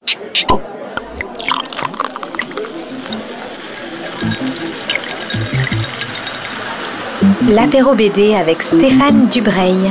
L'apéro BD avec Stéphane Dubreuil.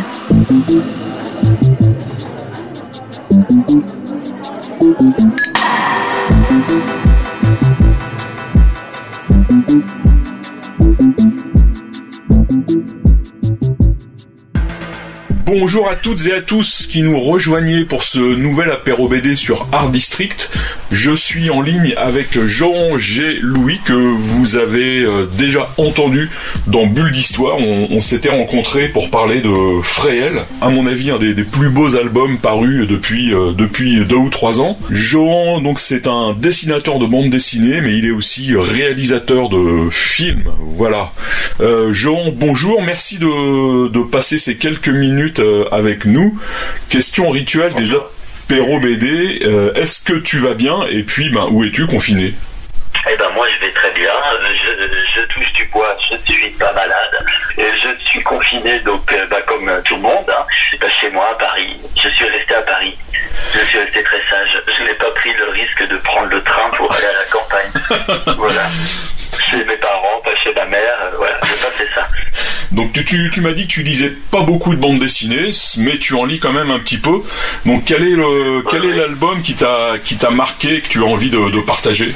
Bonjour à toutes et à tous qui nous rejoignez pour ce nouvel apéro BD sur Art District. Je suis en ligne avec Jean G. Louis que vous avez déjà entendu dans Bulle d'Histoire. On s'était rencontrés pour parler de Fréhel, à mon avis un des plus beaux albums parus depuis 2 ou 3 ans. Jean, donc, c'est un dessinateur de bande dessinée, mais il est aussi réalisateur de films. Voilà. Jean, bonjour, merci de passer ces quelques minutes avec nous. Question rituelle des apéros BD, est-ce que tu vas bien et puis où es-tu confiné? Eh ben moi je vais très bien, je touche du bois, je suis pas malade, je suis confiné donc comme tout le monde, chez moi à Paris, je suis resté à Paris, je suis resté très sage, je n'ai pas pris le risque de prendre le train pour aller à la campagne, voilà, chez mes parents, pas chez ma mère, voilà, j'ai pas fait ça. Donc tu m'as dit que tu lisais pas beaucoup de bandes dessinées, mais tu en lis quand même un petit peu. Donc quel est l'album qui t'a marqué et que tu as envie de partager?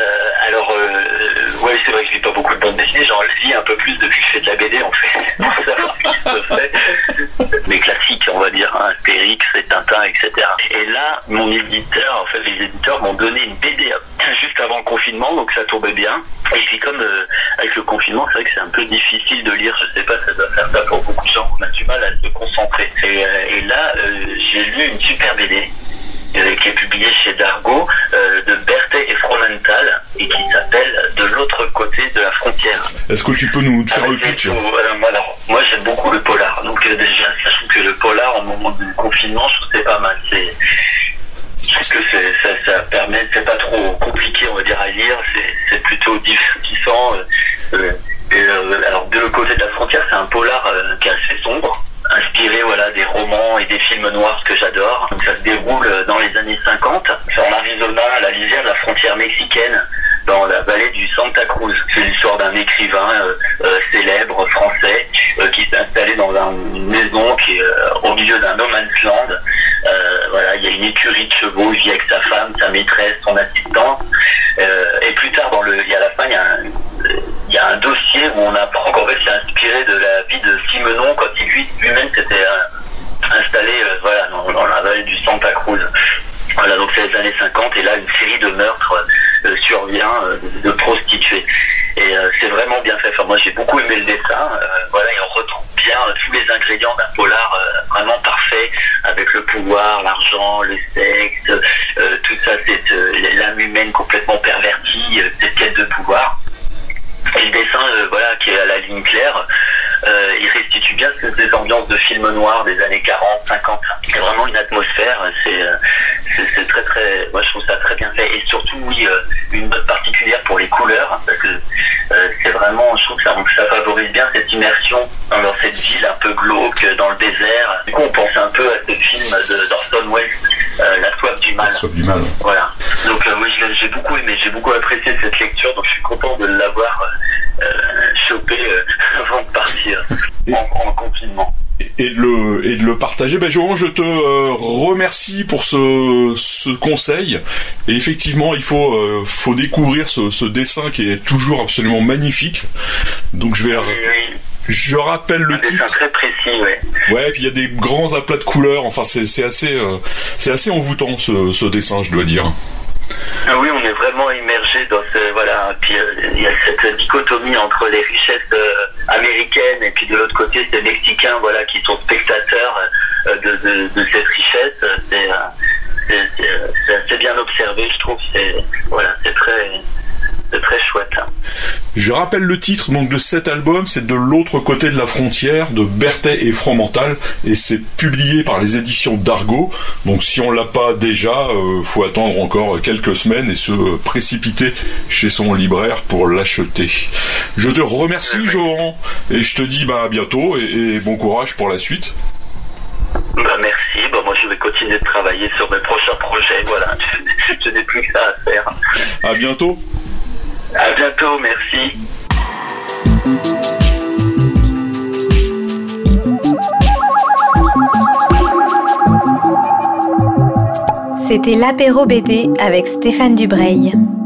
Ouais, c'est vrai que je lis pas beaucoup de bandes dessinées, j'en lis un peu plus depuis que je fais de la BD en fait. Pour savoir ce qui se fait. Les classiques, on va dire, Astérix, Tintin, etc. Et là, les éditeurs m'ont donné une BD juste avant le confinement, donc ça tombait bien. Et puis comme avec le confinement, c'est vrai que c'est un peu difficile de lire, je sais pas, ça doit faire ça pour beaucoup de gens, on a du mal à se concentrer. Et là, j'ai lu une super BD. Qui est publié chez Dargaud, de Berthet et Fromental, et qui s'appelle De l'autre côté de la frontière. Est-ce que tu peux nous faire le pitch? Moi j'aime beaucoup le polar, donc déjà je trouve que le polar au moment du confinement, je trouve que c'est pas mal. Je trouve que ça permet, c'est pas trop compliqué on va dire à lire, c'est plutôt divertissant. Alors de l'autre côté de la frontière, c'est un polar qui est assez sombre, inspiré des romans et des films noirs que j'adore. Donc ça se déroule dans les années 50, c'est en Arizona, à la lisière de la frontière mexicaine, dans la vallée du Santa Cruz. C'est l'histoire d'un écrivain célèbre français qui s'est installé dans une maison qui est au milieu d'un no man's land. Il y a une écurie de chevaux, il vit avec sa femme, sa maîtresse, son assistante. Et plus tard, à la fin, il y a un dossier où on apprend qu'en fait c'est inspiré de la vie de Simenon quand lui-même s'était installé dans la vallée du Santa Cruz. Voilà, donc c'est les années 50 et là une série de meurtres survient de prostituées. Et c'est vraiment bien fait. Enfin, moi j'ai beaucoup aimé le dessin. Il retrouve bien tous les ingrédients d'un polar vraiment parfait, avec le pouvoir, l'argent, le sexe, tout ça, c'est l'âme humaine complètement pervertie, cette quête de pouvoir. Et le dessin, qui est à la ligne claire, il restitue bien ces ambiances de films noirs des années 40, 50. C'est vraiment une atmosphère, c'est très très, moi je trouve ça très bien fait. Et surtout, une note particulière pour les couleurs, parce que c'est vraiment, je trouve que ça favorise bien cette immersion dans cette ville un peu glauque, dans le désert. Du coup, on pense un peu à ce film d'Orson Welles, La soif du mal. La soif du mal. Voilà. Donc moi j'ai beaucoup aimé, j'ai beaucoup apprécié cette lecture, donc je suis content de l'avoir chopé avant de partir en confinement. Et de le partager. Jean, je te remercie pour ce conseil. Et effectivement, il faut découvrir ce dessin qui est toujours absolument magnifique. Donc je rappelle le titre. C'est très précis, ouais. Ouais, et puis il y a des grands aplats de couleurs. Enfin, c'est assez envoûtant ce dessin, je dois dire. Ah oui, on est vraiment immergé dans puis il y a cette dichotomie entre les richesses américaines et puis de l'autre côté ces Mexicains qui sont spectateurs de cette richesse. C'est assez bien observé, je trouve. C'est très chouette. Je rappelle le titre donc de cet album, c'est De l'autre côté de la frontière de Berthet et Fromental et c'est publié par les éditions Dargaud. Donc si on l'a pas déjà, faut attendre encore quelques semaines et se précipiter chez son libraire pour l'acheter. Je te remercie Johan et je te dis à bientôt et bon courage pour la suite. Merci. Moi je vais continuer de travailler sur mes prochains projets. Voilà. À bientôt. À bientôt, merci. C'était l'apéro BD avec Stéphane Dubreuil.